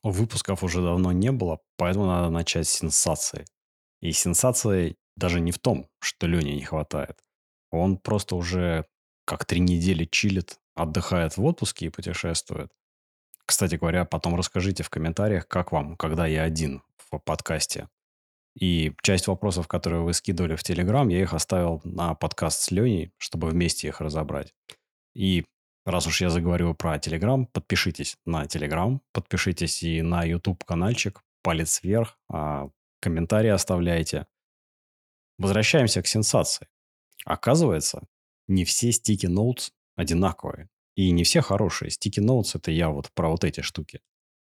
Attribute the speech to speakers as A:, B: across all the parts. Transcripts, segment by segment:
A: Выпусков уже давно не было, поэтому надо начать с сенсации. И сенсация даже не в том, что Лене не хватает. Он просто уже как 3 недели чилит, отдыхает в отпуске и путешествует. Кстати говоря, потом расскажите в комментариях, как вам, когда я один в подкасте. И часть вопросов, которые вы скидывали в Телеграм, я их оставил на подкаст с Леней, чтобы вместе их разобрать. И раз уж я заговорил про Телеграм, подпишитесь на Телеграм, подпишитесь и на YouTube каналчик, палец вверх, комментарии оставляйте. Возвращаемся к сенсации. Оказывается, не все sticky notes одинаковые. И не все хорошие. Sticky notes — это я вот про вот эти штуки.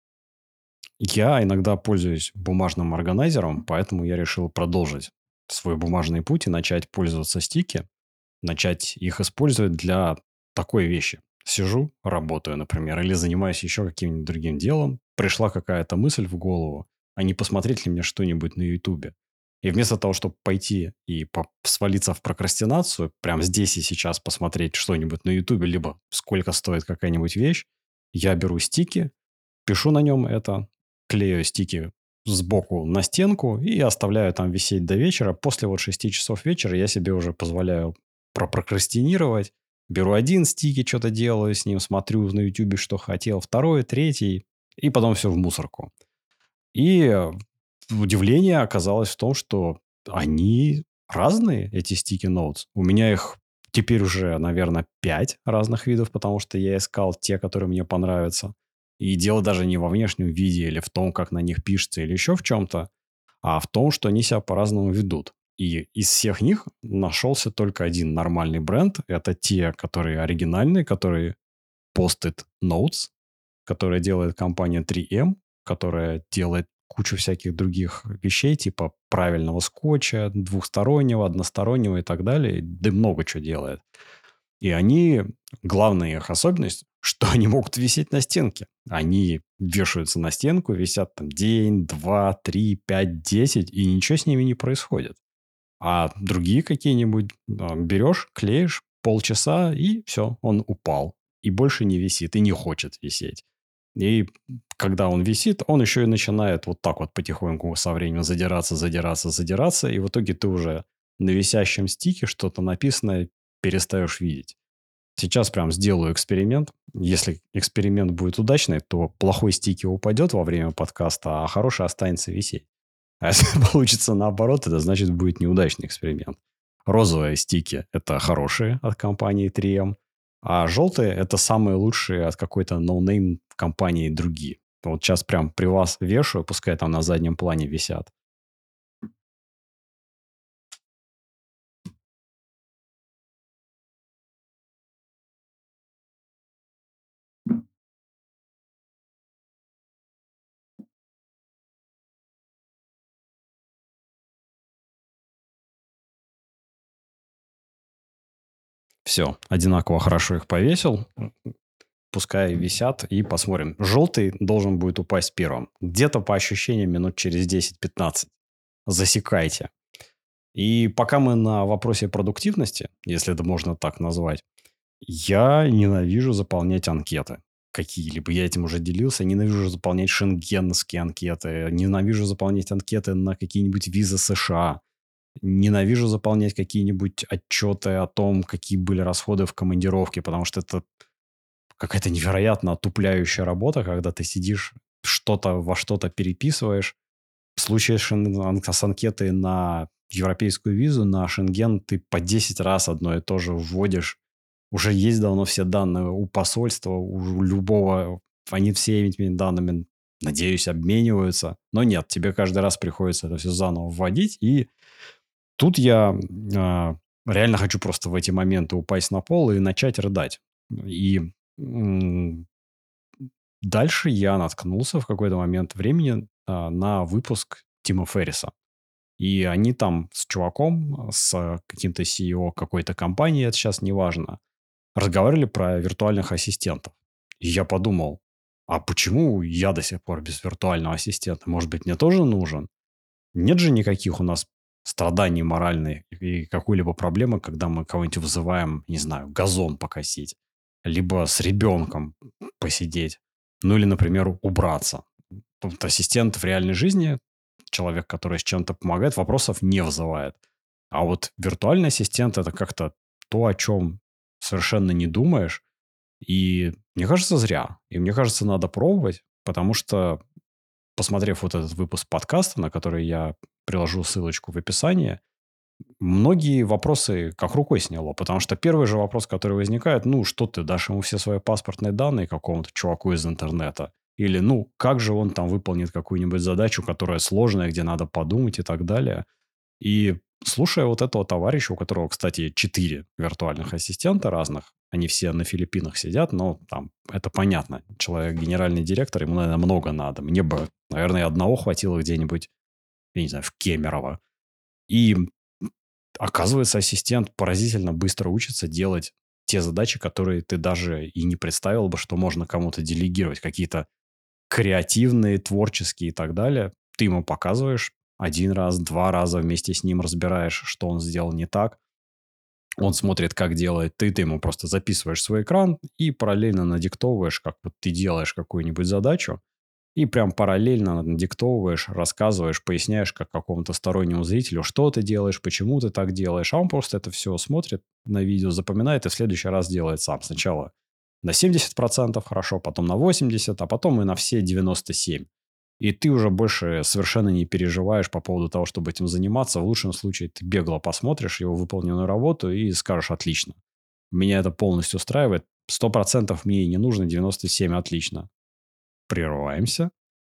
A: Я иногда пользуюсь бумажным органайзером, поэтому я решил продолжить свой бумажный путь и начать пользоваться стики, начать их использовать для такой вещи. Сижу, работаю, например, или занимаюсь еще каким-нибудь другим делом, пришла какая-то мысль в голову, а не посмотреть ли мне что-нибудь на Ютубе. И вместо того, чтобы пойти и свалиться в прокрастинацию, прямо здесь и сейчас посмотреть что-нибудь на Ютубе, либо сколько стоит какая-нибудь вещь, я беру стики, пишу на нем это, клею стики сбоку на стенку и оставляю там висеть до вечера. После вот 6 часов вечера я себе уже позволяю прокрастинировать. Беру один стики, что-то делаю с ним, смотрю на ютубе, что хотел, второй, третий, и потом все в мусорку. И удивление оказалось в том, что они разные, эти sticky notes. У меня их теперь уже, наверное, 5 разных видов, потому что я искал те, которые мне понравятся. И дело даже не во внешнем виде или в том, как на них пишется, или еще в чем-то, а в том, что они себя по-разному ведут. И из всех них нашелся только один нормальный бренд. Это те, которые оригинальные, которые Post-it Notes, которая делает компания 3M, которая делает кучу всяких других вещей, типа правильного скотча, двухстороннего, одностороннего и так далее. Да много чего делает. И они, главная их особенность, что они могут висеть на стенке. Они вешаются на стенку, висят там день, два, три, пять, 10, и ничего с ними не происходит. А другие какие-нибудь берешь, клеишь полчаса, и все, он упал. И больше не висит, и не хочет висеть. И когда он висит, он еще и начинает вот так вот потихоньку со временем задираться, задираться, задираться. И в итоге ты уже на висящем стике что-то написанное перестаешь видеть. Сейчас прям сделаю эксперимент. Если эксперимент будет удачный, то плохой стики упадет во время подкаста, а хороший останется висеть. А если получится наоборот, это значит будет неудачный эксперимент. Розовые стики — это хорошие от компании 3M, а желтые — это самые лучшие от какой-то ноунейм компании другие. Вот сейчас прям при вас вешаю, пускай там на заднем плане висят. Все, одинаково хорошо их повесил. Пускай висят и посмотрим. Желтый должен будет упасть первым. Где-то по ощущениям минут через 10-15. Засекайте. И пока мы на вопросе продуктивности, если это можно так назвать, я ненавижу заполнять анкеты какие-либо. Я этим уже делился. Ненавижу заполнять шенгенские анкеты. Ненавижу заполнять анкеты на какие-нибудь визы США. Ненавижу заполнять какие-нибудь отчеты о том, какие были расходы в командировке, потому что это какая-то невероятно отупляющая работа, когда ты сидишь, что-то во что-то переписываешь. В случае с анкетой на европейскую визу, на Шенген, ты по 10 раз одно и то же вводишь. Уже есть давно все данные у посольства, у любого. Они все этими данными, надеюсь, обмениваются. Но нет, тебе каждый раз приходится это все заново вводить. И тут я реально хочу просто в эти моменты упасть на пол и начать рыдать. И м, дальше я наткнулся в какой-то момент времени на выпуск Тима Ферриса. И они там с чуваком, с каким-то CEO какой-то компании, это сейчас не важно, разговаривали про виртуальных ассистентов. И я подумал, а почему я до сих пор без виртуального ассистента? Может быть, мне тоже нужен? Нет же никаких у нас страданий моральных и какой-либо проблемы, когда мы кого-нибудь вызываем, не знаю, газон покосить, либо с ребенком посидеть, ну или, например, убраться. вот ассистент в реальной жизни, человек, который с чем-то помогает, вопросов не вызывает. А вот виртуальный ассистент– это как-то то, о чем совершенно не думаешь. И мне кажется, зря. И мне кажется, надо пробовать, потому что, посмотрев вот этот выпуск подкаста, на который я приложу ссылочку в описании, многие вопросы как рукой сняло. Потому что первый же вопрос, который возникает, ну, что ты дашь ему все свои паспортные данные какому-то чуваку из интернета? Или, ну, как же он там выполнит какую-нибудь задачу, которая сложная, где надо подумать и так далее. И слушая вот этого товарища, у которого, кстати, 4 виртуальных ассистента разных, они все на Филиппинах сидят, но там это понятно. Человек генеральный директор, ему, наверное, много надо. Мне бы, наверное, одного хватило где-нибудь, я не знаю, в Кемерово. И оказывается, ассистент поразительно быстро учится делать те задачи, которые ты даже и не представил бы, что можно кому-то делегировать. Какие-то креативные, творческие и так далее. Ты ему показываешь один раз, два раза вместе с ним разбираешь, что он сделал не так. Он смотрит, как делает ты ему просто записываешь свой экран и параллельно надиктовываешь, как вот ты делаешь какую-нибудь задачу, и прям параллельно надиктовываешь, рассказываешь, поясняешь как какому-то стороннему зрителю, что ты делаешь, почему ты так делаешь. А он просто это все смотрит на видео, запоминает и в следующий раз делает сам. Сначала на 70% хорошо, потом на 80%, а потом и на все 97%. И ты уже больше совершенно не переживаешь по поводу того, чтобы этим заниматься. В лучшем случае ты бегло посмотришь его выполненную работу и скажешь «отлично». Меня это полностью устраивает. 100% мне и не нужно, 97% отлично. Прерываемся.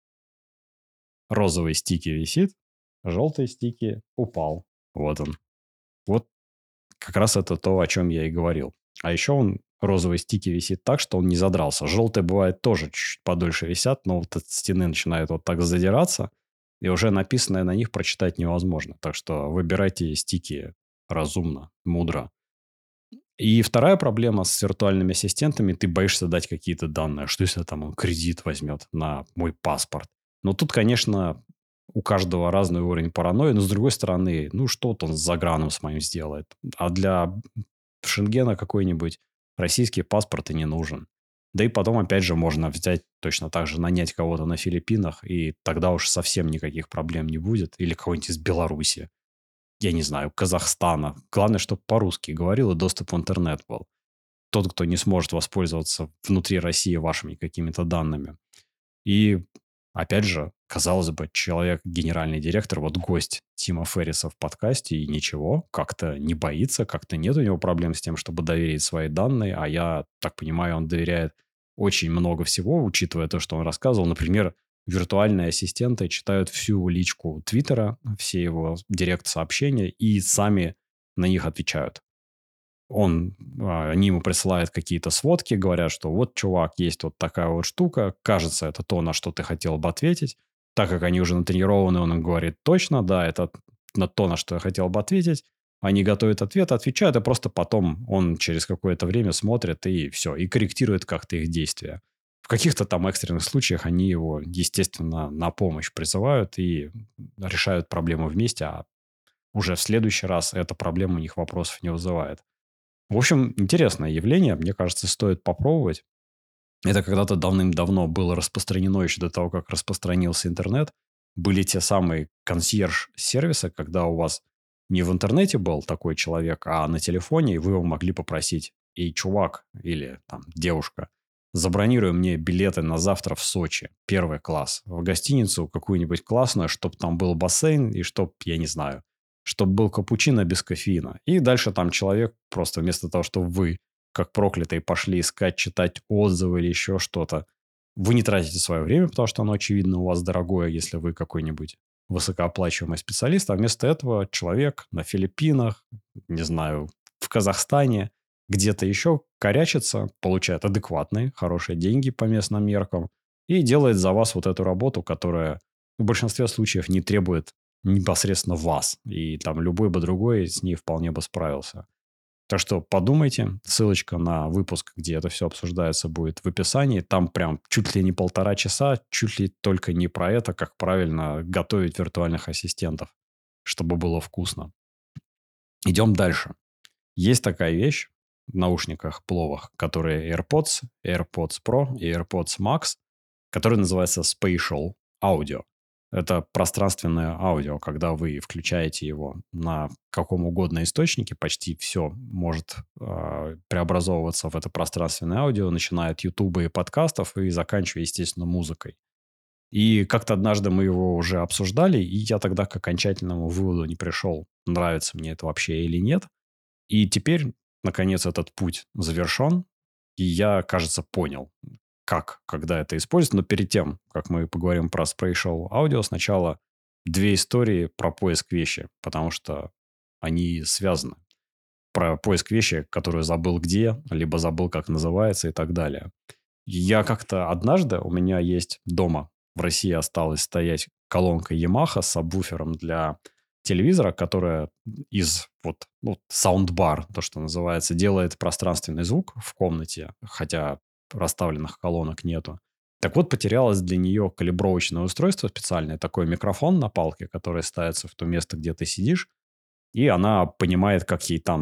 A: Розовый стики висит, желтый стики упал. Вот он. Вот как раз это то, о чем я и говорил. А еще он, розовый стики, висит так, что он не задрался. Желтые, бывает, тоже чуть-чуть подольше висят, но вот от стены начинают вот так задираться, и уже написанное на них прочитать невозможно. Так что выбирайте стики разумно, мудро. И вторая проблема с виртуальными ассистентами– ты боишься дать какие-то данные. Что если там он кредит возьмет на мой паспорт? Но тут, конечно, у каждого разный уровень паранойи. Но, с другой стороны, ну, что вот он с заграном с моим сделает? А для Шенгена какой-нибудь российский паспорт и не нужен. Да и потом, опять же, можно взять точно так же, нанять кого-то на Филиппинах, и тогда уж совсем никаких проблем не будет. Или кого-нибудь из Беларуси, я не знаю, Казахстана. Главное, чтобы по-русски говорил и доступ в интернет был. Тот, кто не сможет воспользоваться внутри России вашими какими-то данными. И, опять же, казалось бы, человек, генеральный директор, вот гость Тима Ферриса в подкасте, и ничего, как-то не боится, как-то нет у него проблем с тем, чтобы доверить свои данные, а я так понимаю, он доверяет очень много всего, учитывая то, что он рассказывал. Например, виртуальные ассистенты читают всю личку Твиттера, все его директ-сообщения и сами на них отвечают. Они ему присылают какие-то сводки, говорят, что вот, чувак, есть вот такая вот штука, кажется, это то, на что ты хотел бы ответить. Так как они уже натренированы, он им говорит, точно, да, это на то, на что я хотел бы ответить. Они готовят ответ, отвечают, и просто потом он через какое-то время смотрит и все, и корректирует как-то их действия. В каких-то там экстренных случаях они его, естественно, на помощь призывают и решают проблему вместе, а уже в следующий раз эта проблема у них вопросов не вызывает. В общем, интересное явление. Мне кажется, стоит попробовать. Это когда-то давным-давно было распространено еще до того, как распространился интернет. Были те самые консьерж-сервисы, когда у вас не в интернете был такой человек, а на телефоне, и вы его могли попросить: «Эй, чувак или там девушка, забронируй мне билеты на завтра в Сочи, первый класс, в гостиницу какую-нибудь классную, чтобы там был бассейн и чтоб, я не знаю, чтобы был капучино без кофеина». И дальше там человек просто вместо того, чтобы вы как проклятые пошли искать, читать отзывы или еще что-то. Вы не тратите свое время, потому что оно, очевидно, у вас дорогое, если вы какой-нибудь высокооплачиваемый специалист, а вместо этого человек на Филиппинах, не знаю, в Казахстане, где-то еще корячится, получает адекватные, хорошие деньги по местным меркам и делает за вас вот эту работу, которая в большинстве случаев не требует непосредственно вас. И там любой бы другой с ней вполне бы справился. Так что подумайте. Ссылочка на выпуск, где это все обсуждается, будет в описании. Там прям чуть ли не 1,5 часа, чуть ли только не про это, как правильно готовить виртуальных ассистентов, чтобы было вкусно. Идем дальше. Есть такая вещь в наушниках пловых, которые AirPods, AirPods Pro и AirPods Max, которые называются Spatial. аудио. Это пространственное аудио, когда вы включаете его на каком угодно источнике, почти все может преобразовываться в это пространственное аудио, начиная от Ютуба и подкастов и заканчивая, естественно, музыкой. И как-то однажды мы его уже обсуждали, и я тогда к окончательному выводу не пришел, нравится мне это вообще или нет. И теперь, наконец, этот путь завершен, и я, кажется, понял, как, когда это использовать. Но перед тем, как мы поговорим про spatial аудио, сначала две истории про поиск вещи, потому что они связаны. Про поиск вещи, которую забыл где, либо забыл, как называется и так далее. Я как-то однажды, у меня есть дома, в России осталась стоять колонка Yamaha с сабвуфером для телевизора, которая из вот, ну, саундбар, то, что называется, делает пространственный звук в комнате, хотя расставленных колонок нету. Так вот, потерялось для нее калибровочное устройство специальное, такой микрофон на палке, который ставится в то место, где ты сидишь, и она понимает, как ей там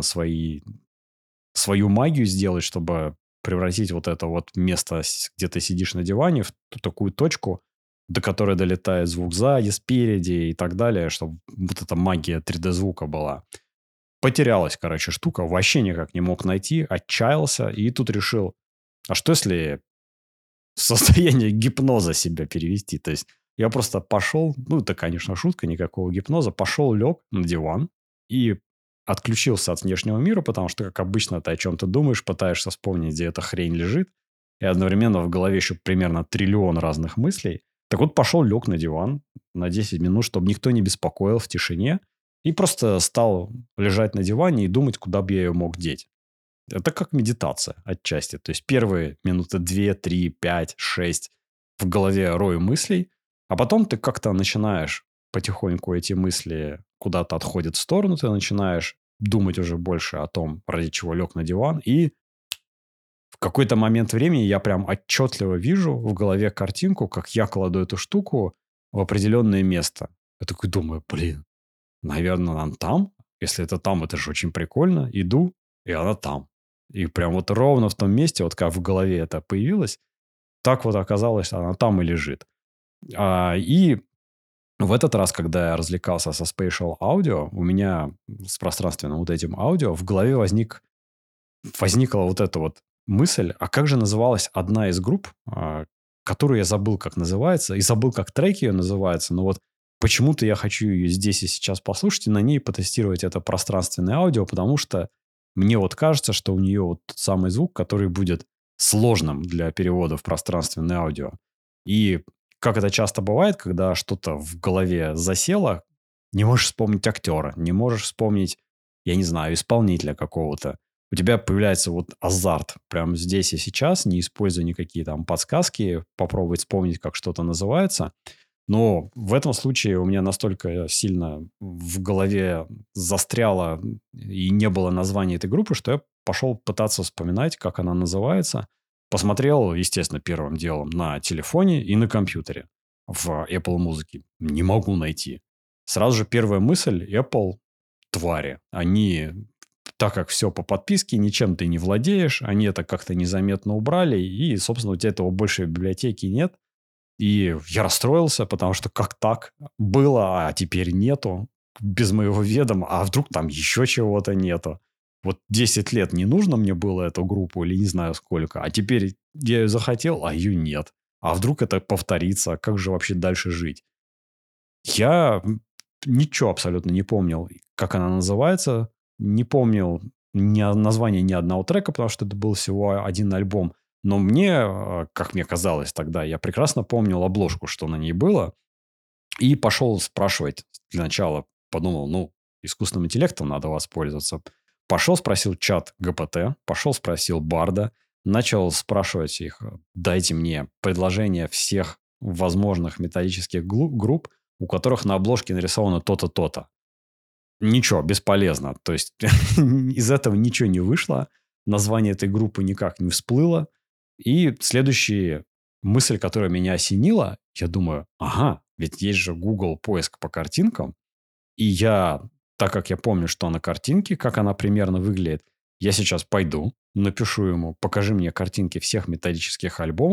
A: свою магию сделать, чтобы превратить вот это вот место, где ты сидишь на диване, в ту такую точку, до которой долетает звук сзади, спереди и так далее, чтобы вот эта магия 3D-звука была. Потерялась, короче, штука, вообще никак не мог найти, отчаялся, и тут решил, а что если в состояние гипноза себя перевести? То есть я просто пошел, ну, это, конечно, шутка, никакого гипноза, пошел, лег на диван и отключился от внешнего мира, потому что, как обычно, ты о чем-то думаешь, пытаешься вспомнить, где эта хрень лежит, и одновременно в голове еще примерно триллион разных мыслей. Так вот, пошел, лег на диван на 10 минут, чтобы никто не беспокоил в тишине, и просто стал лежать на диване и думать, куда бы я ее мог деть. Это как медитация отчасти. То есть первые минуты 2, 3, 5, 6 в голове рой мыслей, а потом ты как-то начинаешь потихоньку эти мысли куда-то отходят в сторону, ты начинаешь думать уже больше о том, ради чего лег на диван, и в какой-то момент времени я прям отчетливо вижу в голове картинку, как я кладу эту штуку в определенное место. Я такой думаю, блин, наверное, она там. Если это там, это же очень прикольно. Иду, и она там. И прям вот ровно в том месте, вот как в голове это появилось, так вот оказалось, она там и лежит. И в этот раз, когда я развлекался со Spatial Audio, у меня с пространственным вот этим аудио в голове возникла вот эта вот мысль, а как же называлась одна из групп, которую я забыл, как называется, и забыл, как трек ее называется, но вот почему-то я хочу ее здесь и сейчас послушать и на ней потестировать это пространственное аудио, потому что мне вот кажется, что у нее вот тот самый звук, который будет сложным для перевода в пространственное аудио. И как это часто бывает, когда что-то в голове засело, не можешь вспомнить актера, не можешь вспомнить, я не знаю, исполнителя какого-то, у тебя появляется вот азарт прямо здесь и сейчас, не используя никакие там подсказки, попробовать вспомнить, как что-то называется. Но в этом случае у меня настолько сильно в голове застряло и не было названия этой группы, что я пошел пытаться вспоминать, как она называется. Посмотрел, естественно, первым делом на телефоне и на компьютере в Apple Музыке. Не могу найти. Сразу же первая мысль – Apple твари. Они, так как все по подписке, ничем ты не владеешь, они это как-то незаметно убрали, и, собственно, у тебя этого больше в библиотеке нет. И я расстроился, потому что как так было, а теперь нету, без моего ведома, а вдруг там еще чего-то нету. Вот 10 лет не нужно мне было эту группу, или не знаю сколько, а теперь я ее захотел, а ее нет. А вдруг это повторится, как же вообще дальше жить? Я ничего абсолютно не помнил, как она называется, не помнил название ни одного трека, потому что это был всего один альбом. Но мне, как мне казалось тогда, я прекрасно помнил обложку, что на ней было, и пошел спрашивать для начала. Подумал, ну, искусственным интеллектом надо воспользоваться. Пошел, спросил чат ГПТ, пошел, спросил Барда, начал спрашивать их, дайте мне предложение всех возможных металлических групп, у которых на обложке нарисовано то-то, то-то. Ничего, бесполезно. То есть из этого ничего не вышло. Название этой группы никак не всплыло. И следующая мысль, которая меня осенила, я думаю, ага, ведь есть же Google поиск по картинкам. И я, так как я помню, что на картинке, как она примерно выглядит, я сейчас пойду, напишу ему, покажи мне картинки всех металлических альбомов,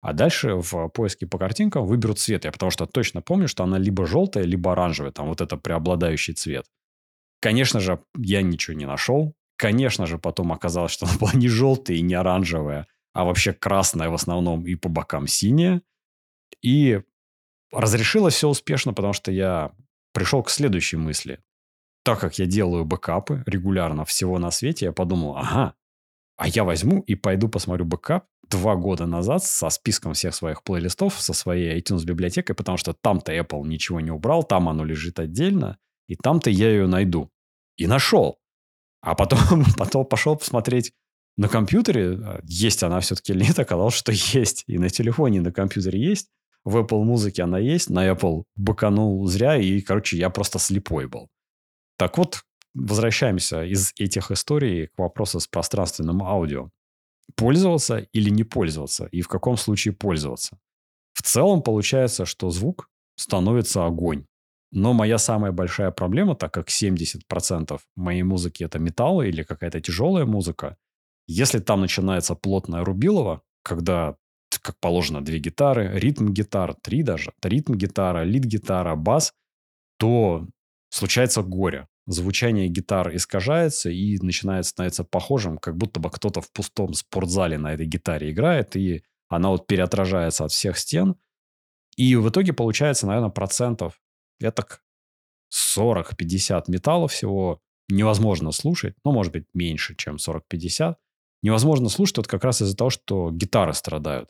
A: А дальше в поиске по картинкам выберу цвет. Я потому что точно помню, что она либо желтая, либо оранжевая. Там вот это преобладающий цвет. Конечно же, я ничего не нашел. Конечно же, потом оказалось, что она была не желтая и не оранжевая, а вообще красная в основном и по бокам синяя. И разрешилось все успешно, потому что я пришел к следующей мысли. Так как я делаю бэкапы регулярно всего на свете, я подумал, ага, а я возьму и пойду посмотрю бэкап 2 года назад со списком всех своих плейлистов, со своей iTunes библиотекой, потому что там-то Apple ничего не убрал, там оно лежит отдельно, и там-то я ее найду. И нашел. А потом, потом пошел посмотреть на компьютере, есть она все-таки или нет, оказалось, что есть. И на телефоне, и на компьютере есть. В Apple музыке она есть, на Apple быканул зря, и, короче, я просто слепой был. Так вот, возвращаемся из этих историй к вопросу с пространственным аудио. Пользоваться или не пользоваться? И в каком случае пользоваться? В целом получается, что звук становится огонь. Но моя самая большая проблема, так как 70% моей музыки это металл или какая-то тяжелая музыка, если там начинается плотное рубилово, когда, как положено, 2 гитары, ритм-гитара, 3 даже, ритм-гитара, лид-гитара, бас, то случается горе. Звучание гитар искажается и начинает становиться похожим, как будто бы кто-то в пустом спортзале на этой гитаре играет, и она вот переотражается от всех стен. И в итоге получается, наверное, процентов этак 40-50 металла всего невозможно слушать. Ну, может быть, меньше, чем 40-50. Невозможно слушать вот как раз из-за того, что гитары страдают.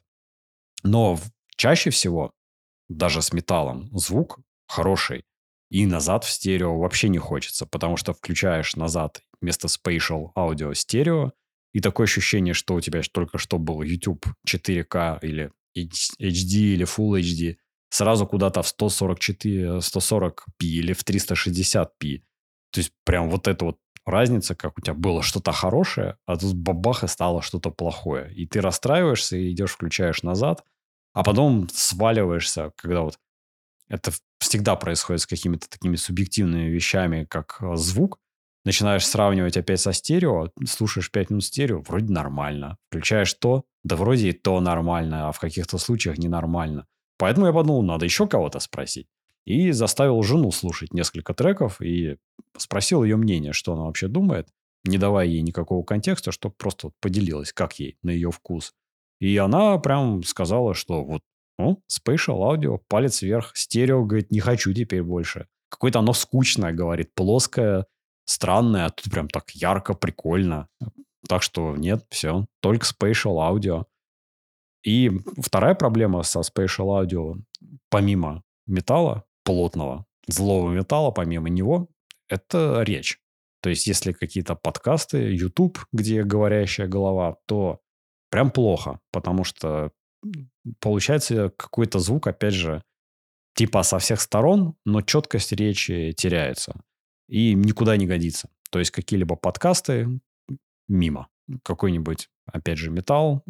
A: Но чаще всего даже с металлом, звук хороший. И назад в стерео вообще не хочется, потому что включаешь назад вместо spatial аудио стерео, и такое ощущение, что у тебя только что был YouTube 4К или HD или Full HD, сразу куда-то в 144, 140p или в 360p. То есть прям вот эта вот разница, как у тебя было что-то хорошее, а тут бабах и стало что-то плохое. И ты расстраиваешься и идешь, включаешь назад, а потом сваливаешься, когда вот это всегда происходит с какими-то такими субъективными вещами, как звук. Начинаешь сравнивать опять со стерео, слушаешь 5 минут стерео, вроде нормально. Включаешь то, да вроде и то нормально, а в каких-то случаях ненормально. Поэтому я подумал, надо еще кого-то спросить. И заставил жену слушать несколько треков и спросил ее мнение, что она вообще думает, не давая ей никакого контекста, чтобы просто вот поделилась, как ей на ее вкус. И она прям сказала, что вот ну, Spatial Audio, палец вверх. Стерео, говорит, не хочу теперь больше. Какое-то оно скучное, говорит, плоское, странное, а тут прям так ярко, прикольно. Так что нет, все, только Spatial Audio. И вторая проблема со Spatial Audio, помимо металла плотного, злого металла, помимо него, это речь. То есть, если какие-то подкасты, YouTube, где говорящая голова, то прям плохо, потому что получается какой-то звук, опять же, типа со всех сторон, но четкость речи теряется и никуда не годится. То есть какие-либо подкасты мимо. Какой-нибудь, опять же, металл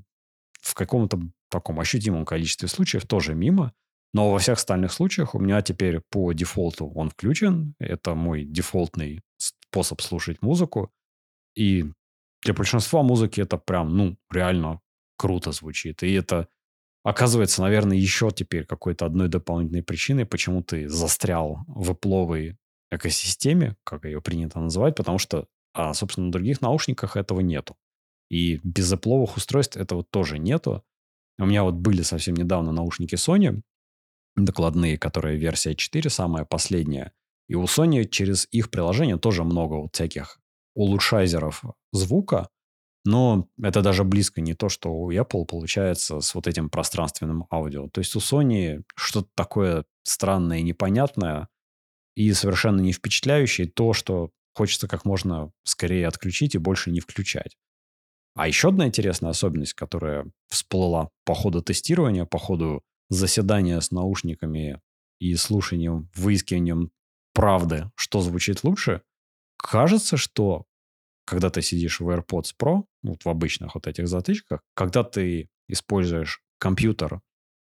A: в каком-то таком ощутимом количестве случаев тоже мимо. Но во всех остальных случаях у меня теперь по дефолту он включен. Это мой дефолтный способ слушать музыку. И для большинства музыки это прям, ну, реально круто звучит. И это оказывается, наверное, еще теперь какой-то одной дополнительной причиной, почему ты застрял в эпловой экосистеме, как ее принято называть, потому что, собственно, на других наушниках этого нету. И без эпловых устройств этого тоже нету. У меня вот были совсем недавно наушники Sony, докладные, которые версия 4, самая последняя. И у Sony через их приложение тоже много вот всяких улучшайзеров звука, но это даже близко не то, что у Apple получается с вот этим пространственным аудио. То есть у Sony что-то такое странное и непонятное, и совершенно не впечатляющее, то, что хочется как можно скорее отключить и больше не включать. А еще одна интересная особенность, которая всплыла по ходу тестирования, по ходу заседания с наушниками и слушанием, выискиванием правды, что звучит лучше, кажется, что когда ты сидишь в AirPods Pro, вот в обычных вот этих затычках, когда ты используешь компьютер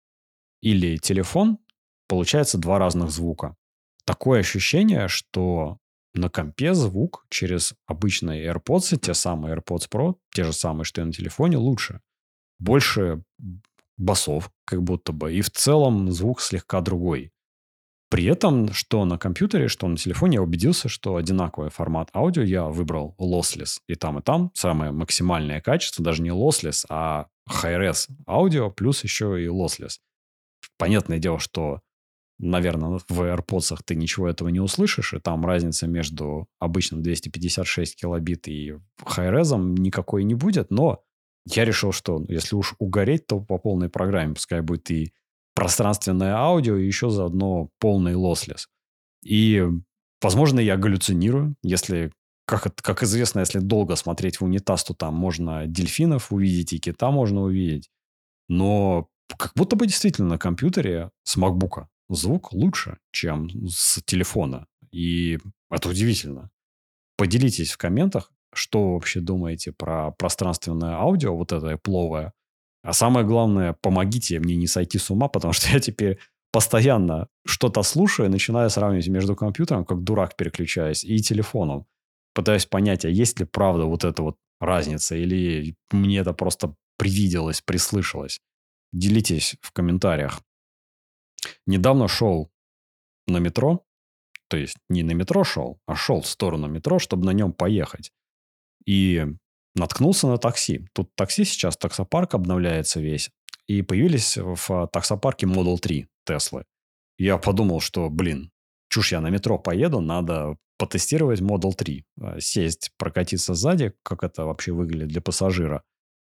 A: или телефон, получается два разных звука. Такое ощущение, что на компе звук через обычные AirPods, те самые AirPods Pro, те же самые, что и на телефоне, лучше. Больше басов, как будто бы, и в целом звук слегка другой. При этом, что на компьютере, что на телефоне, я убедился, что одинаковый формат аудио. Я выбрал lossless и там самое максимальное качество, даже не lossless, а high-res аудио, плюс еще и lossless. Понятное дело, что, наверное, в AirPods ты ничего этого не услышишь, и там разница между обычным 256 килобит и high-res никакой не будет, но я решил, что если уж угореть, то по полной программе. Пускай будет и пространственное аудио, и еще заодно полный lossless. И, возможно, я галлюцинирую, если, как известно, если долго смотреть в унитаз, то там можно дельфинов увидеть и кита можно увидеть. Но как будто бы действительно на компьютере с макбука звук лучше, чем с телефона. И это удивительно. Поделитесь в комментах, что вы вообще думаете про пространственное аудио, вот это пловое. А самое главное, помогите мне не сойти с ума, потому что я теперь постоянно что-то слушаю, начинаю сравнивать между компьютером, как дурак переключаясь, и телефоном. Пытаюсь понять, а есть ли правда вот эта вот разница, или мне это просто привиделось, прислышалось. Делитесь в комментариях. Недавно шел на метро, то есть не на метро шел, а шел в сторону метро, чтобы на нем поехать. И наткнулся на такси. Тут такси сейчас, таксопарк обновляется весь. И появились в таксопарке Model 3 Теслы. Я подумал, что, блин, чушь, я на метро поеду, надо потестировать Model 3. Сесть, прокатиться сзади, как это вообще выглядит для пассажира.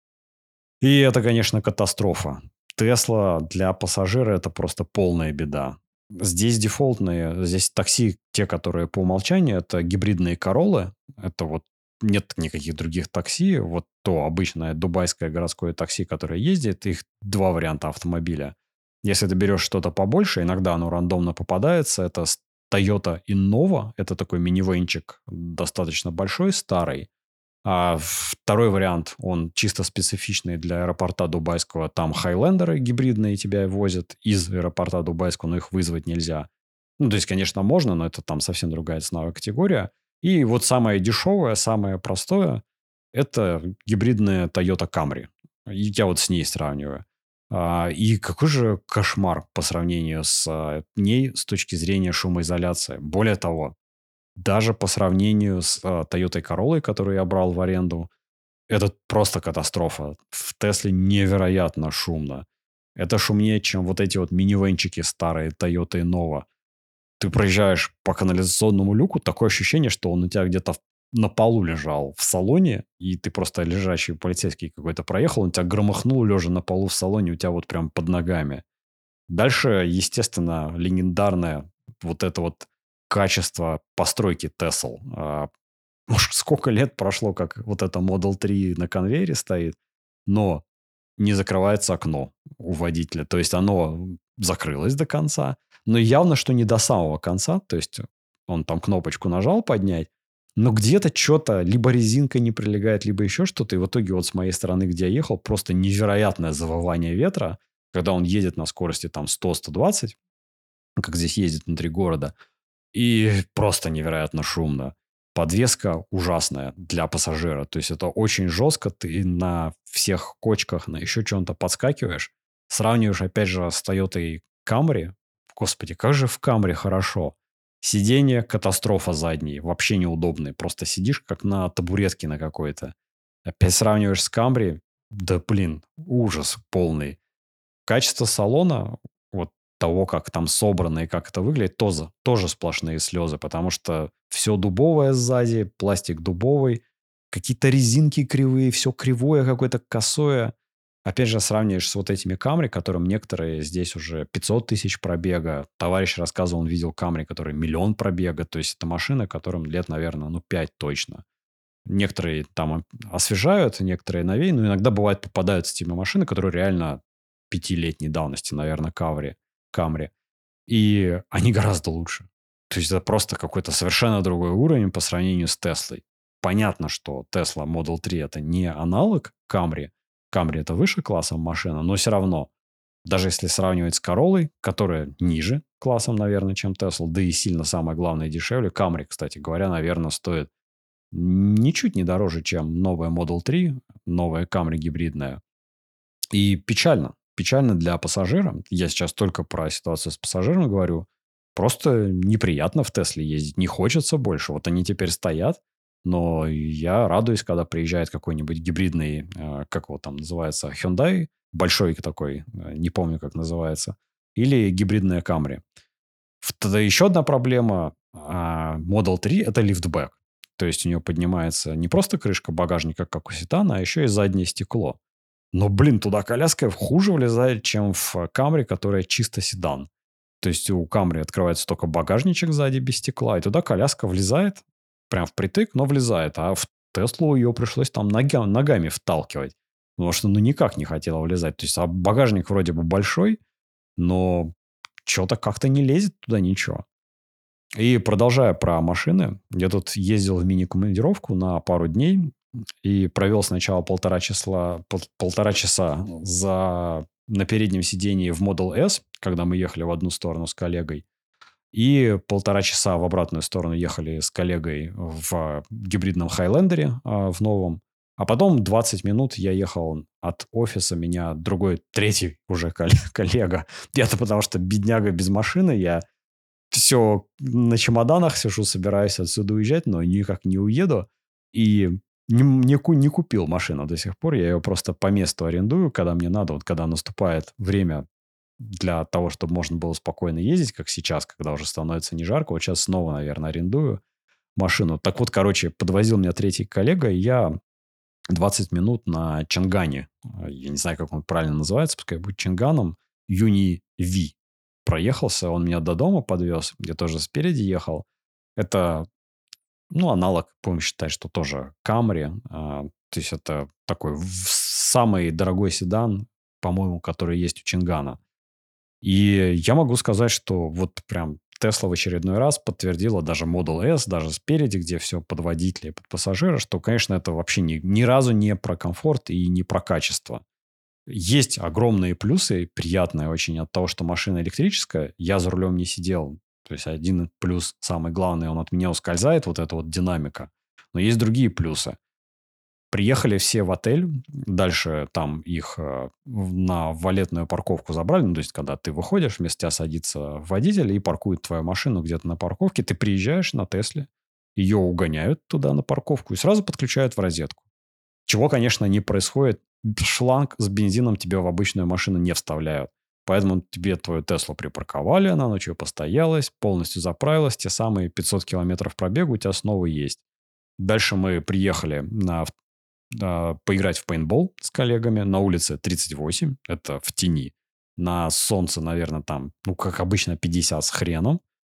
A: И это, конечно, катастрофа. Тесла для пассажира это просто полная беда. Здесь дефолтные, здесь такси, те, которые по умолчанию, это гибридные Короллы. Это вот нет никаких других такси. Вот то обычное дубайское городское такси, которое ездит, их два варианта автомобиля. Если ты берешь что-то побольше, иногда оно рандомно попадается. Это Toyota Innova. Это такой минивенчик достаточно большой, старый. А второй вариант, он чисто специфичный для аэропорта Дубайского. Там хайлендеры гибридные тебя возят из аэропорта Дубайского, но их вызвать нельзя. Ну, то есть, конечно, можно, но это там совсем другая ценовая категория. И вот самое дешевое, самое простое, это гибридная Toyota Camry. И я вот с ней сравниваю. И какой же кошмар по сравнению с ней с точки зрения шумоизоляции. Более того, даже по сравнению с Toyota Corolla, которую я брал в аренду, это просто катастрофа. В Тесле невероятно шумно. Это шумнее, чем вот эти вот минивенчики старые Toyota Innova. Ты проезжаешь по канализационному люку, такое ощущение, что он у тебя где-то на полу лежал в салоне, и ты просто лежащий полицейский какой-то проехал, он тебя громыхнул, лежа на полу в салоне, у тебя вот прям под ногами. Дальше, естественно, легендарное вот это вот качество постройки Тесл. Уж сколько лет прошло, как вот это Model 3 на конвейере стоит, но не закрывается окно у водителя. То есть оно закрылось до конца, но явно, что не до самого конца. То есть он там кнопочку нажал поднять, но где-то что-то, либо резинка не прилегает, либо еще что-то. И в итоге вот с моей стороны, где я ехал, просто невероятное завывание ветра, когда он едет на скорости там 100-120, как здесь ездит внутри города, и просто невероятно шумно. Подвеска ужасная для пассажира. То есть это очень жестко. Ты на всех кочках, на еще чем-то подскакиваешь. Сравниваешь, опять же, с Toyota Camry. Господи, как же в Camry хорошо. Сиденье катастрофа задние. Вообще неудобные. Просто сидишь как на табуретке на какой-то. Опять сравниваешь с Camry. Да блин, ужас полный. Качество салона, вот того, как там собрано и как это выглядит, тоже сплошные слезы, потому что все дубовое сзади, пластик дубовый, какие-то резинки кривые, все кривое какое-то косое. Опять же, сравниваешь с вот этими Камри, которым некоторые здесь уже 500 тысяч пробега. Товарищ рассказывал, он видел Камри, который 1 000 000 пробега. То есть это машина, которым лет, наверное, 5 точно. Некоторые там освежают, некоторые новее, но иногда бывает попадаются те машины, которые реально пятилетней давности, наверное, Камри. И они гораздо лучше. То есть это просто какой-то совершенно другой уровень по сравнению с Теслой. Понятно, что Tesla Model 3 это не аналог Camry. Camry это выше классом машина, но все равно, даже если сравнивать с Corolla, которая ниже классом, наверное, чем Tesla, да и сильно самое главное дешевле. Camry, кстати говоря, наверное, стоит ничуть не дороже, чем новая Model 3, новая Camry гибридная. И печально. печально для пассажира. Я сейчас только про ситуацию с пассажиром говорю. Просто неприятно в Тесле ездить. Не хочется больше. Вот они теперь стоят. Но я радуюсь, когда приезжает какой-нибудь гибридный, как его там называется, Hyundai, большой такой, не помню, как называется, или гибридная Camry. Еще одна проблема Model 3– это лифтбэк. То есть у нее поднимается не просто крышка багажника, как у седана, а еще и заднее стекло. Но, блин, туда коляска хуже влезает, чем в Camry, которая чисто седан. То есть у Camry открывается только багажничек сзади без стекла, и туда коляска влезает, прям впритык, но влезает. А в Теслу ее пришлось там ногами вталкивать. Потому что ну никак не хотела влезать. То есть а багажник вроде бы большой, но что-то как-то не лезет туда ничего. И продолжая про машины, я тут ездил в мини-командировку на пару дней и провел сначала полтора часа на переднем сидении в Model S, когда мы ехали в одну сторону с коллегой, и полтора часа в обратную сторону ехали с коллегой в гибридном Хайлендере в новом. А потом 20 минут я ехал от офиса, меня другой, третий уже коллега. Это потому что бедняга без машины, я все на чемоданах сижу, собираюсь отсюда уезжать, но никак не уеду. И не купил машину до сих пор. Я ее просто по месту арендую, когда мне надо. Вот когда наступает время для того, чтобы можно было спокойно ездить, как сейчас, когда уже становится не жарко. Вот сейчас снова, наверное, арендую машину. Так вот, короче, подвозил меня третий коллега, и я 20 минут на Чангане. Я не знаю, как он правильно называется, пускай будет Чанганом. Юни Ви проехался, он меня до дома подвез, я тоже спереди ехал. Это, ну, аналог, будем считать, что тоже Камри. То есть это такой самый дорогой седан, по-моему, который есть у Чингана. И я могу сказать, что вот прям Tesla в очередной раз подтвердила даже Model S, даже спереди, где все под водителя и под пассажира, что, конечно, это вообще ни разу не про комфорт и не про качество. Есть огромные плюсы, приятные очень от того, что машина электрическая. Я за рулем не сидел. То есть один плюс, самый главный, он от меня ускользает, вот эта вот динамика. Но есть другие плюсы. Приехали все в отель, дальше там их на валетную парковку забрали, ну, то есть, когда ты выходишь, вместо тебя садится водитель и паркует твою машину где-то на парковке, ты приезжаешь на Тесле, ее угоняют туда на парковку и сразу подключают в розетку. Чего, конечно, не происходит. Шланг с бензином тебе в обычную машину не вставляют. Поэтому тебе твою Теслу припарковали, она ночью постоялась, полностью заправилась, те самые 500 километров пробега у тебя снова есть. Дальше мы приехали поиграть в пейнтбол с коллегами. На улице 38, это в тени. На солнце, наверное, там, ну, как обычно, 50 с хреном.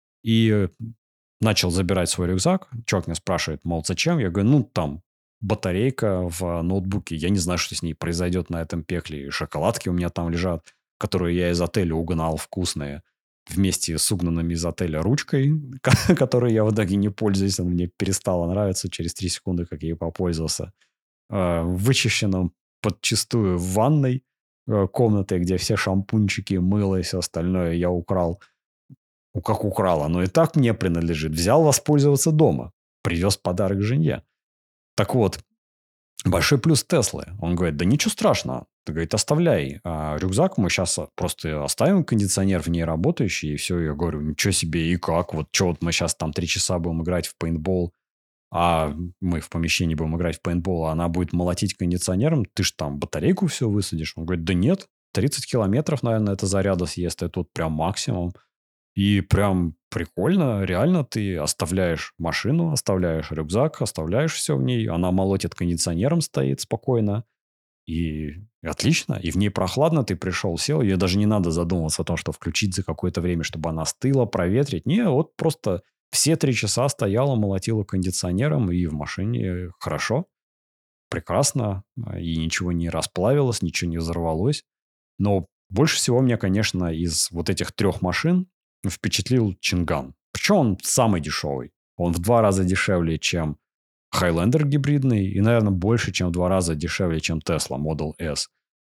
A: И начал забирать свой рюкзак. Чувак меня спрашивает, мол, зачем? Я говорю, ну, там батарейка в ноутбуке. Я не знаю, что с ней произойдет на этом пекле. И шоколадки у меня там лежат, которые я из отеля угнал вкусные. Вместе с угнанными из отеля ручкой, которой я в итоге не пользуюсь. Она мне перестала нравиться через 3 секунды, как я ей попользовался. Вычищенном подчистую в ванной комнаты, где все шампунчики, мыло и все остальное я украл. Ну, как украл, оно и так мне принадлежит. Взял воспользоваться дома. Привез подарок жене. Так вот, большой плюс Теслы. Он говорит, да ничего страшного. Ты, говорит, оставляй рюкзак, мы сейчас просто оставим кондиционер в ней работающий, и все. Я говорю, ничего себе, и как? Вот что, вот мы сейчас там 3 часа будем играть в пейнтбол, а мы в помещении будем играть в пейнтбол, а она будет молотить кондиционером, ты ж там батарейку все высадишь. Он говорит, да нет, 30 километров, наверное, это заряда съест, это тут прям максимум. И прям прикольно, реально ты оставляешь машину, оставляешь рюкзак, оставляешь все в ней, она молотит кондиционером, стоит спокойно, и отлично, и в ней прохладно, ты пришел, сел, ее даже не надо задумываться о том, что включить за какое-то время, чтобы она остыла, проветрить. Не, вот просто все 3 часа стояла, молотила кондиционером, и в машине хорошо, прекрасно, и ничего не расплавилось, ничего не взорвалось. Но больше всего меня, конечно, из вот этих 3 машин впечатлил Чинган. Причем он самый дешевый. Он в 2 раза дешевле, чем Highlander гибридный, и, наверное, больше, чем в 2 раза дешевле, чем Tesla Model S.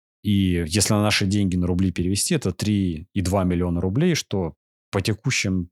A: И если на наши деньги на рубли перевести, это 3,2 миллиона рублей, что по текущим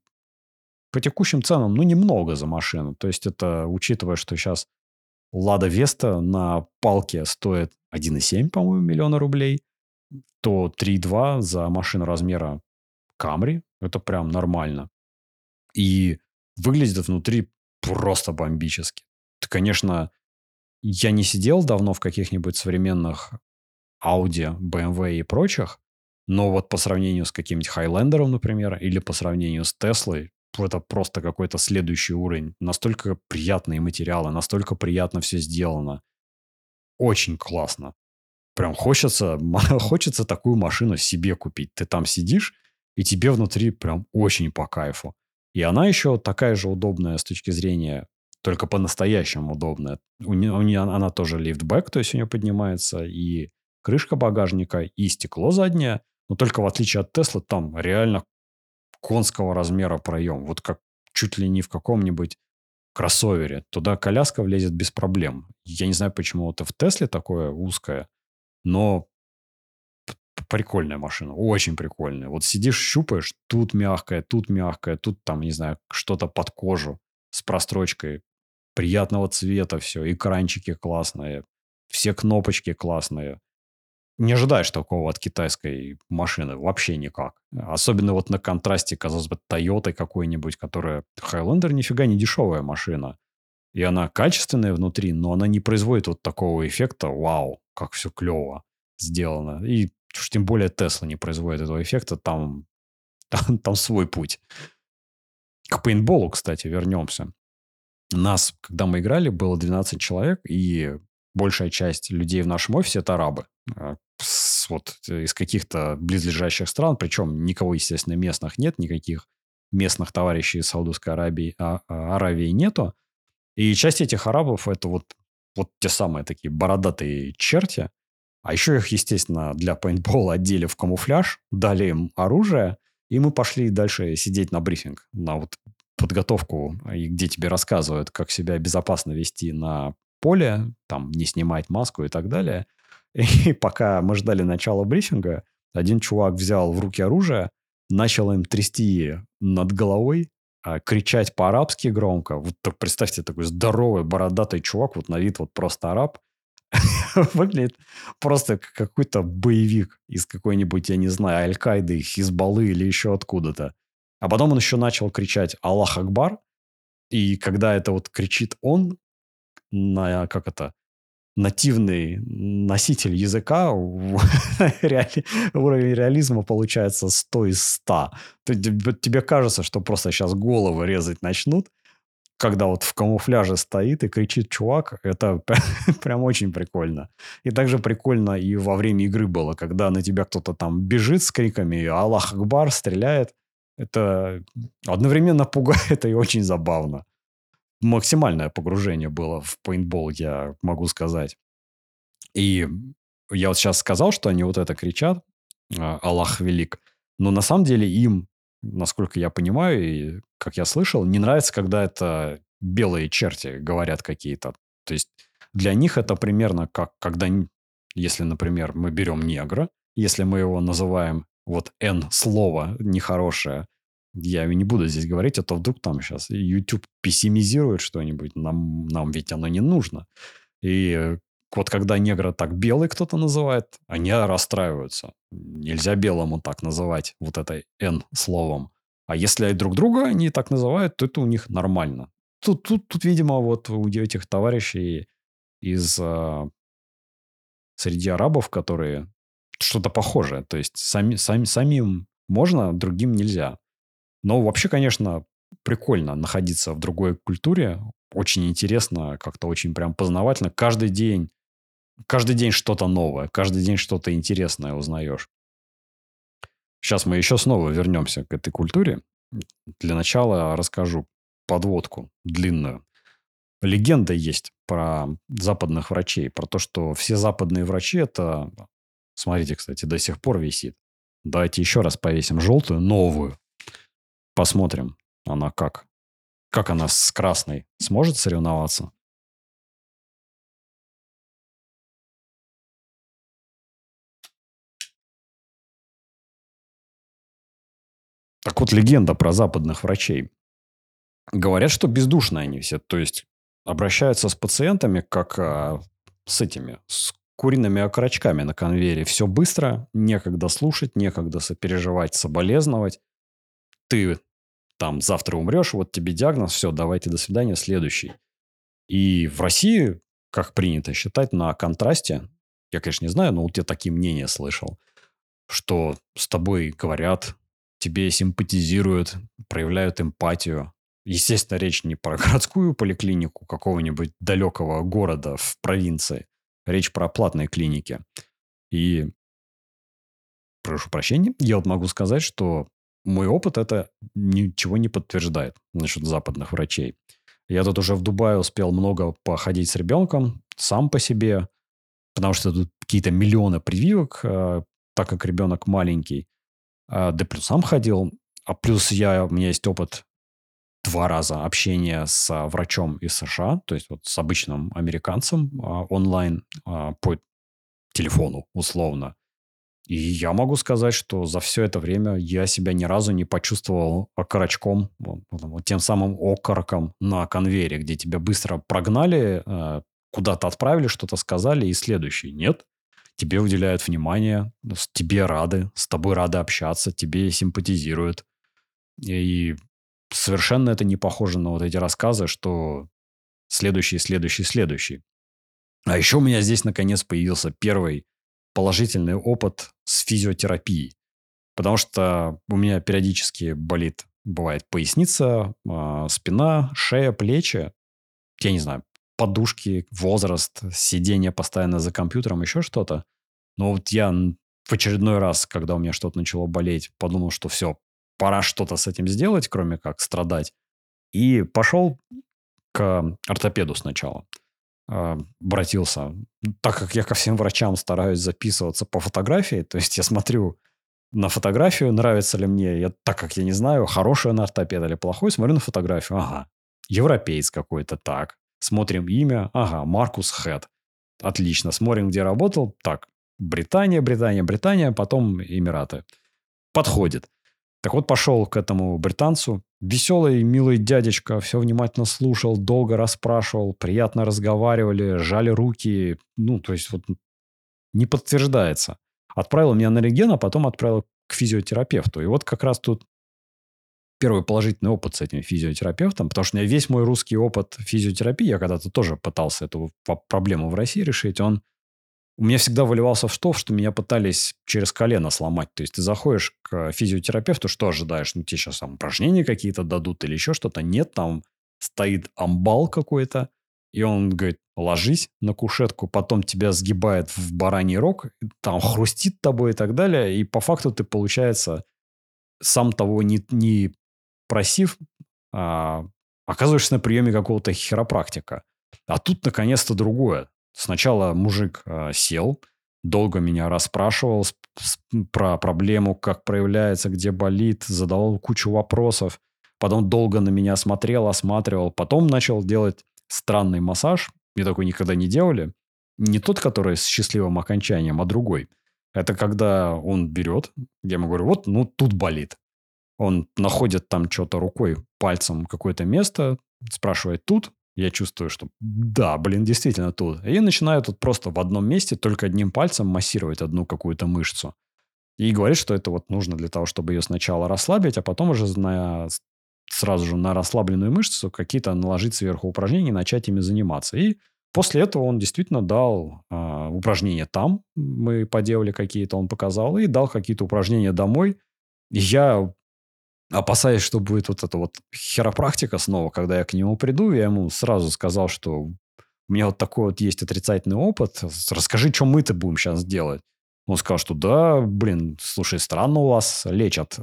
A: ценам, ну, немного за машину. То есть это, учитывая, что сейчас Лада Веста на палке стоит 1,7, по-моему, миллиона рублей, то 3,2 за машину размера Camry — это прям нормально. И выглядит внутри просто бомбически. Конечно, я не сидел давно в каких-нибудь современных Audi, BMW и прочих, но вот по сравнению с каким-нибудь Хайлендером, например, или по сравнению с Теслой, это просто какой-то следующий уровень. Настолько приятные материалы, настолько приятно все сделано. Очень классно. Прям хочется, хочется такую машину себе купить. Ты там сидишь, и тебе внутри прям очень по кайфу. И она еще такая же удобная с точки зрения, только по-настоящему удобная. У нее она тоже лифтбэк, то есть у нее поднимается и крышка багажника, и стекло заднее. Но только в отличие от Теслы, там реально конского размера проем. Вот как чуть ли не в каком-нибудь кроссовере. Туда коляска влезет без проблем. Я не знаю, почему это в Тесле такое узкое, но прикольная машина, очень прикольная. Вот сидишь, щупаешь, тут мягкое, тут там, не знаю, что-то под кожу с прострочкой. Приятного цвета все, экранчики классные, все кнопочки классные. Не ожидаешь такого от китайской машины вообще никак. Особенно вот на контрасте, казалось бы, Toyota какой-нибудь, которая... Highlander нифига не дешевая машина. И она качественная внутри, но она не производит вот такого эффекта «Вау, как все клево сделано». И уж тем более Tesla не производит этого эффекта, там свой путь. К пейнтболу, кстати, вернемся. Нас, когда мы играли, было 12 человек, и большая часть людей в нашем офисе — это арабы. Из каких-то близлежащих стран, причем никого, естественно, местных нет, никаких местных товарищей из Саудовской Аравии нету. И часть этих арабов — это вот те самые такие бородатые черти. А еще их, естественно, для пейнтбола одели в камуфляж, дали им оружие, и мы пошли дальше сидеть на брифинг, на вот подготовку, и где тебе рассказывают, как себя безопасно вести на поле, там, не снимать маску и так далее. И пока мы ждали начала брифинга, один чувак взял в руки оружие, начал им трясти над головой, кричать по-арабски громко. Вот так представьте, такой здоровый, бородатый чувак, вот на вид вот просто араб, выглядит просто как какой-то боевик из какой-нибудь, я не знаю, Аль-Каиды, Хизбаллы или еще откуда-то. А потом он еще начал кричать «Аллах Акбар», и когда это вот кричит он, как это, нативный носитель языка, уровень реализма получается 100 из 100. Тебе кажется, что просто сейчас головы резать начнут, когда вот в камуфляже стоит и кричит чувак, это прям очень прикольно. И также прикольно и во время игры было, когда на тебя кто-то там бежит с криками «Аллах Акбар», стреляет. Это одновременно пугает и очень забавно. Максимальное погружение было в пейнтбол, я могу сказать. И я вот сейчас сказал, что они вот это кричат, Аллах велик. Но на самом деле им, насколько я понимаю и как я слышал, не нравится, когда это белые черти говорят какие-то. То есть для них это примерно как когда, если, например, мы берем негра, если мы его называем вот N слово нехорошее, я не буду здесь говорить, а то вдруг там сейчас YouTube пессимизирует что-нибудь, нам ведь оно не нужно. И вот когда негра так белый кто-то называет, они расстраиваются. Нельзя белому так называть вот это «н» словом. А если друг друга они так называют, то это у них нормально. Тут видимо, вот у этих товарищей из среди арабов, которые что-то похожее. То есть самим можно, другим нельзя. Но вообще, конечно, прикольно находиться в другой культуре. Очень интересно, как-то очень прям познавательно. Каждый день что-то новое, каждый день что-то интересное узнаешь. Сейчас мы еще снова вернемся к этой культуре. Для начала расскажу подводку длинную. Легенда есть про западных врачей, про то, что все западные врачи — это... Смотрите, кстати, до сих пор висит. Давайте еще раз повесим желтую, новую. Посмотрим, она как. Как она с красной сможет соревноваться? Так вот, легенда про западных врачей. Говорят, что бездушные они все. То есть обращаются с пациентами как с этими, с куриными окорочками на конвейере. Все быстро, некогда слушать, некогда сопереживать, соболезновать. Ты там завтра умрешь, вот тебе диагноз, все, давайте, до свидания, следующий. И в России, как принято считать, на контрасте, я, конечно, не знаю, но вот я такие мнения слышал, что с тобой говорят, тебе симпатизируют, проявляют эмпатию. Естественно, речь не про городскую поликлинику какого-нибудь далекого города в провинции. Речь про платные клиники. И, прошу прощения, я вот могу сказать, что мой опыт это ничего не подтверждает насчет западных врачей. Я тут уже в Дубае успел много походить с ребенком, сам по себе, потому что тут какие-то миллионы прививок, так как ребенок маленький. Да плюс сам ходил. А плюс у меня есть опыт 2 раза общения с врачом из США, то есть вот с обычным американцем онлайн по телефону условно. И я могу сказать, что за все это время я себя ни разу не почувствовал окорочком, вот тем самым окороком на конвейере, где тебя быстро прогнали, куда-то отправили, что-то сказали, и следующий. Нет. Тебе уделяют внимание, тебе рады, с тобой рады общаться, тебе симпатизируют. И совершенно это не похоже на вот эти рассказы, что следующий, следующий, следующий. А еще у меня здесь наконец появился первый положительный опыт с физиотерапией. Потому что у меня периодически болит, бывает, поясница, спина, шея, плечи. Я не знаю, подушки, возраст, сидение постоянно за компьютером, еще что-то. Но вот я в очередной раз, когда у меня что-то начало болеть, подумал, что все, пора что-то с этим сделать, кроме как страдать. И пошел к ортопеду сначала. Обратился. Так как я ко всем врачам стараюсь записываться по фотографии, то есть я смотрю на фотографию, нравится ли мне, так как я не знаю, хороший он ортопед или плохой, смотрю на фотографию, ага, европеец какой-то, так. Смотрим имя, ага, Маркус Хэт. Отлично, смотрим, где работал, так, Британия, Британия, Британия, потом Эмираты. Подходит. Так вот, пошел к этому британцу. Веселый, милый дядечка, все внимательно слушал, долго расспрашивал, приятно разговаривали, жали руки. Ну, то есть, вот не подтверждается. Отправил меня на рентген, а потом отправил к физиотерапевту. И вот как раз тут первый положительный опыт с этим физиотерапевтом, потому что у меня весь мой русский опыт физиотерапии, я когда-то тоже пытался эту проблему в России решить, он у меня всегда выливался в то, что меня пытались через колено сломать. То есть ты заходишь к физиотерапевту, что ожидаешь? Ну, тебе сейчас там упражнения какие-то дадут или еще что-то. Нет, там стоит амбал какой-то, и он говорит, ложись на кушетку, потом тебя сгибает в бараний рог, там хрустит тобой и так далее. И по факту ты, получается, сам того не просив, оказываешься на приеме какого-то хиропрактика. А тут наконец-то другое. Сначала мужик сел, долго меня расспрашивал про проблему, как проявляется, где болит, задавал кучу вопросов. Потом долго на меня смотрел, осматривал. Потом начал делать странный массаж. Мне такой никогда не делали. Не тот, который с счастливым окончанием, а другой. Это когда он берет, я ему говорю, вот, ну, тут болит. Он находит там что-то рукой, пальцем какое-то место, спрашивает тут. Я чувствую, что да, блин, действительно тут. И начинаю тут просто в одном месте только одним пальцем массировать одну какую-то мышцу. И говорит, что это вот нужно для того, чтобы ее сначала расслабить, а потом уже сразу же на расслабленную мышцу какие-то наложить сверху упражнения и начать ими заниматься. И после этого он действительно дал упражнения там. Мы поделали какие-то, он показал. И дал какие-то упражнения домой. И я опасаясь, что будет вот эта вот хиропрактика снова, когда я к нему приду, я ему сразу сказал, что у меня вот такой вот есть отрицательный опыт. Расскажи, что мы-то будем сейчас делать. Он сказал, что да, блин, слушай, странно у вас лечат.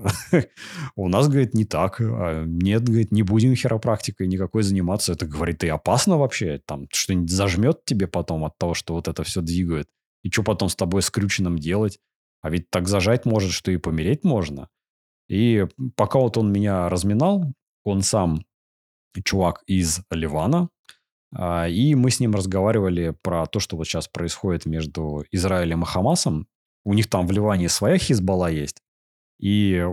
A: У нас, говорит, не так. Нет, говорит, не будем хиропрактикой никакой заниматься. Это, говорит, и опасно вообще. Там что-нибудь зажмет тебе потом от того, что вот это все двигает. И что потом с тобой скрюченным делать? А ведь так зажать может, что и помереть можно. И пока вот он меня разминал, он сам чувак из Ливана, и мы с ним разговаривали про то, что вот сейчас происходит между Израилем и Хамасом. У них там в Ливане своя Хизбалла есть. И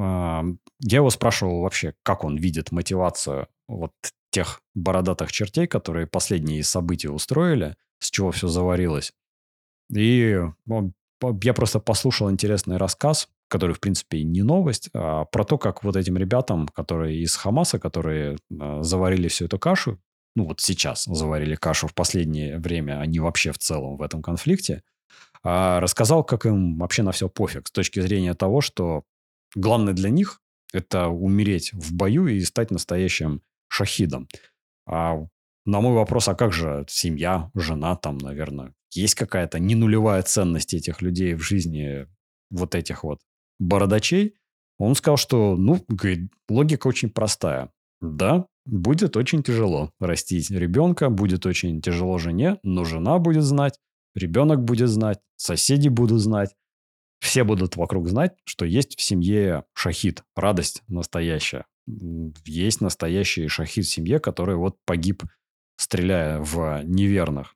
A: я его спрашивал вообще, как он видит мотивацию вот тех бородатых чертей, которые последние события устроили, с чего все заварилось. И я просто послушал интересный рассказ, который, в принципе, и не новость, про то, как вот этим ребятам, которые из Хамаса, которые заварили всю эту кашу, ну вот сейчас заварили кашу, в последнее время они вообще в целом в этом конфликте, рассказал, как им вообще на все пофиг с точки зрения того, что главное для них – это умереть в бою и стать настоящим шахидом. А на мой вопрос, а как же семья, жена там, наверное, есть какая-то не нулевая ценность этих людей в жизни вот этих вот бородачей? Он сказал, что, ну, говорит, логика очень простая. Да, будет очень тяжело растить ребенка, будет очень тяжело жене, но жена будет знать, ребенок будет знать, соседи будут знать, все будут вокруг знать, что есть в семье шахид, радость настоящая. Есть настоящий шахид в семье, который вот погиб, стреляя в неверных.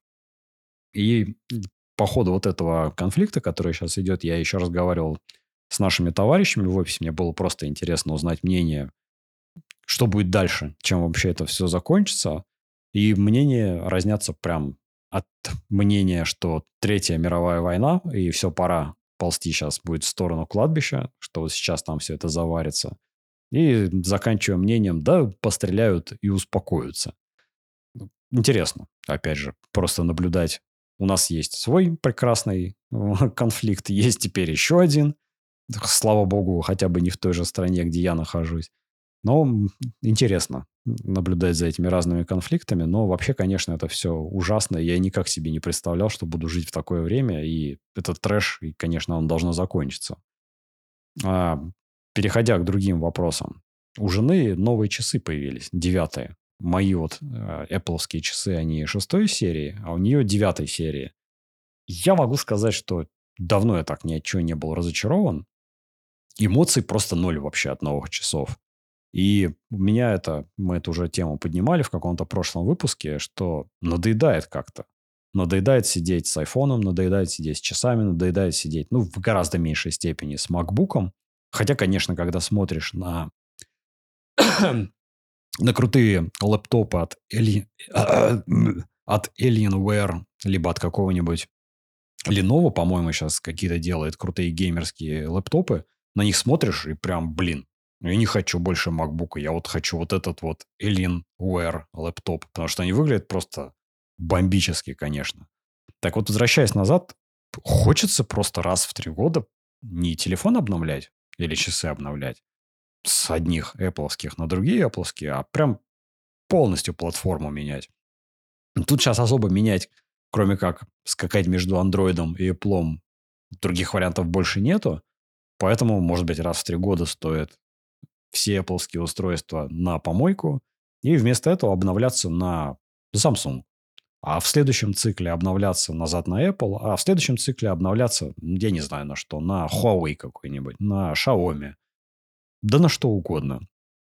A: И по ходу вот этого конфликта, который сейчас идет, я еще разговаривал с нашими товарищами в офисе. Мне было просто интересно узнать мнение, что будет дальше, чем вообще это все закончится. И мнения разнятся прям от мнения, что Третья мировая война, и все, пора ползти сейчас будет в сторону кладбища, что вот сейчас там все это заварится. И заканчивая мнением, да, постреляют и успокоятся. Интересно, опять же, просто наблюдать. У нас есть свой прекрасный конфликт, есть теперь еще один. Слава богу, хотя бы не в той же стране, где я нахожусь. Но интересно наблюдать за этими разными конфликтами. Но вообще, конечно, это все ужасно. Я никак себе не представлял, что буду жить в такое время. И этот трэш, и, конечно, он должно закончиться. А, переходя к другим вопросам. У жены новые часы появились, девятые. Мои вот Apple-овские часы, они шестой серии, а у нее девятой серии. Я могу сказать, что давно я так ни от чего не был разочарован. Эмоций просто ноль вообще от новых часов. И у меня это, мы эту уже тему поднимали в каком-то прошлом выпуске, что надоедает как-то. Надоедает сидеть с айфоном, надоедает сидеть с часами, надоедает сидеть, ну, в гораздо меньшей степени с макбуком. Хотя, конечно, когда смотришь на, на крутые лэптопы от Alienware, либо от какого-нибудь Lenovo, по-моему, сейчас какие-то делает крутые геймерские лэптопы. На них смотришь и прям, блин, я не хочу больше MacBook. Я вот хочу вот этот вот Alienware лэптоп. Потому что они выглядят просто бомбически, конечно. Так вот, возвращаясь назад, хочется просто раз в 3 года не телефон обновлять или часы обновлять с одних Apple'ских на другие Apple'ские, а прям полностью платформу менять. Тут сейчас особо менять, кроме как скакать между андроидом и Apple, других вариантов больше нету. Поэтому, может быть, раз в 3 года стоит все Apple устройства на помойку и вместо этого обновляться на Samsung. А в следующем цикле обновляться назад на Apple, а в следующем цикле обновляться, я не знаю на что, на Huawei какой-нибудь, на Xiaomi, да на что угодно.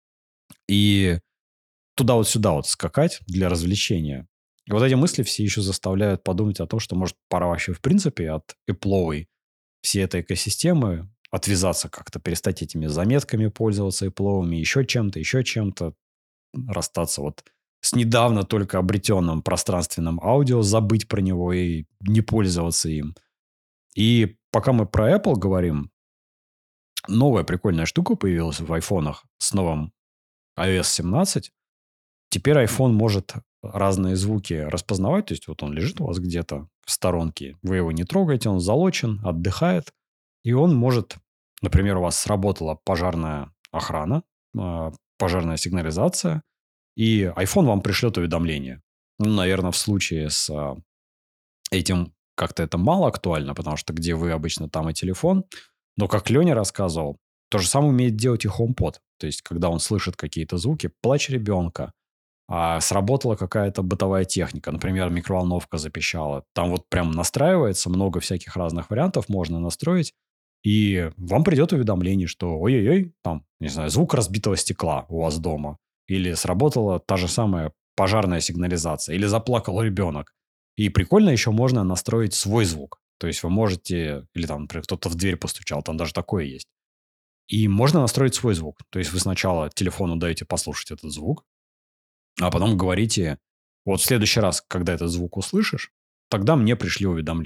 A: И туда вот сюда вот скакать для развлечения. И вот эти мысли все еще заставляют подумать о том, что, может, пора вообще, в принципе, от Apple всей этой экосистемы отвязаться как-то, перестать этими заметками пользоваться Apple, еще чем-то, расстаться вот с недавно только обретенным пространственным аудио, забыть про него и не пользоваться им. И пока мы про Apple говорим, новая прикольная штука появилась в айфонах с новым iOS 17. Теперь iPhone может разные звуки распознавать. То есть, вот он лежит у вас где-то в сторонке. Вы его не трогаете, он залочен, отдыхает. И он может, например, у вас сработала пожарная охрана, пожарная сигнализация, и iPhone вам пришлет уведомление. Ну, наверное, в случае с этим как-то это мало актуально, потому что где вы обычно, там и телефон. Но, как Леня рассказывал, то же самое умеет делать и HomePod. То есть, когда он слышит какие-то звуки, плач ребенка, сработала какая-то бытовая техника, например, микроволновка запищала. Там вот прям настраивается, много всяких разных вариантов можно настроить, и вам придет уведомление, что ой-ой-ой, там, не знаю, звук разбитого стекла у вас дома, или сработала та же самая пожарная сигнализация, или заплакал ребенок. И прикольно еще можно настроить свой звук. То есть вы можете, или там, например, кто-то в дверь постучал, там даже такое есть. И можно настроить свой звук. То есть вы сначала телефону даете послушать этот звук, а потом говорите, вот в следующий раз, когда этот звук услышишь, тогда мне пришли уведомления.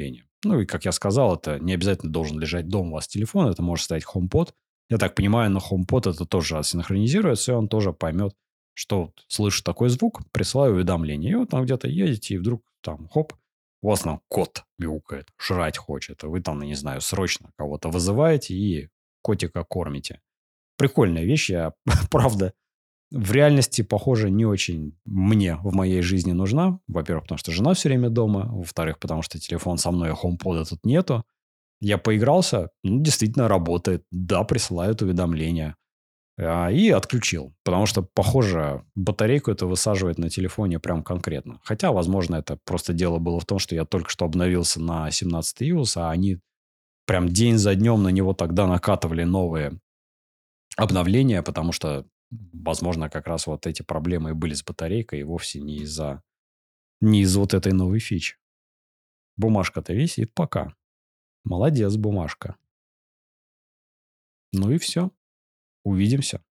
A: Ну и, как я сказал, это не обязательно должен лежать дома у вас телефон, это может стоять HomePod. Я так понимаю, на HomePod это тоже синхронизируется, и он тоже поймет, что вот слышу такой звук, присылаю уведомление. И вот там где-то едете, и вдруг там, хоп, у вас там кот мяукает, жрать хочет. А вы там, не знаю, срочно кого-то вызываете и котика кормите. Прикольная вещь, я, правда, в реальности, похоже, не очень мне в моей жизни нужна. Во-первых, потому что жена все время дома. Во-вторых, потому что телефон со мной, а HomePod тут нету. Я поигрался, ну, действительно работает. Да, присылают уведомления. И отключил. Потому что, похоже, батарейку это высаживает на телефоне прям конкретно. Хотя, возможно, это просто дело было в том, что я только что обновился на 17 iOS, а они прям день за днем на него тогда накатывали новые обновления, потому что, возможно, как раз вот эти проблемы и были с батарейкой, и вовсе не из-за вот этой новой фичи. Бумажка-то висит пока. Молодец, бумажка. Ну и все. Увидимся.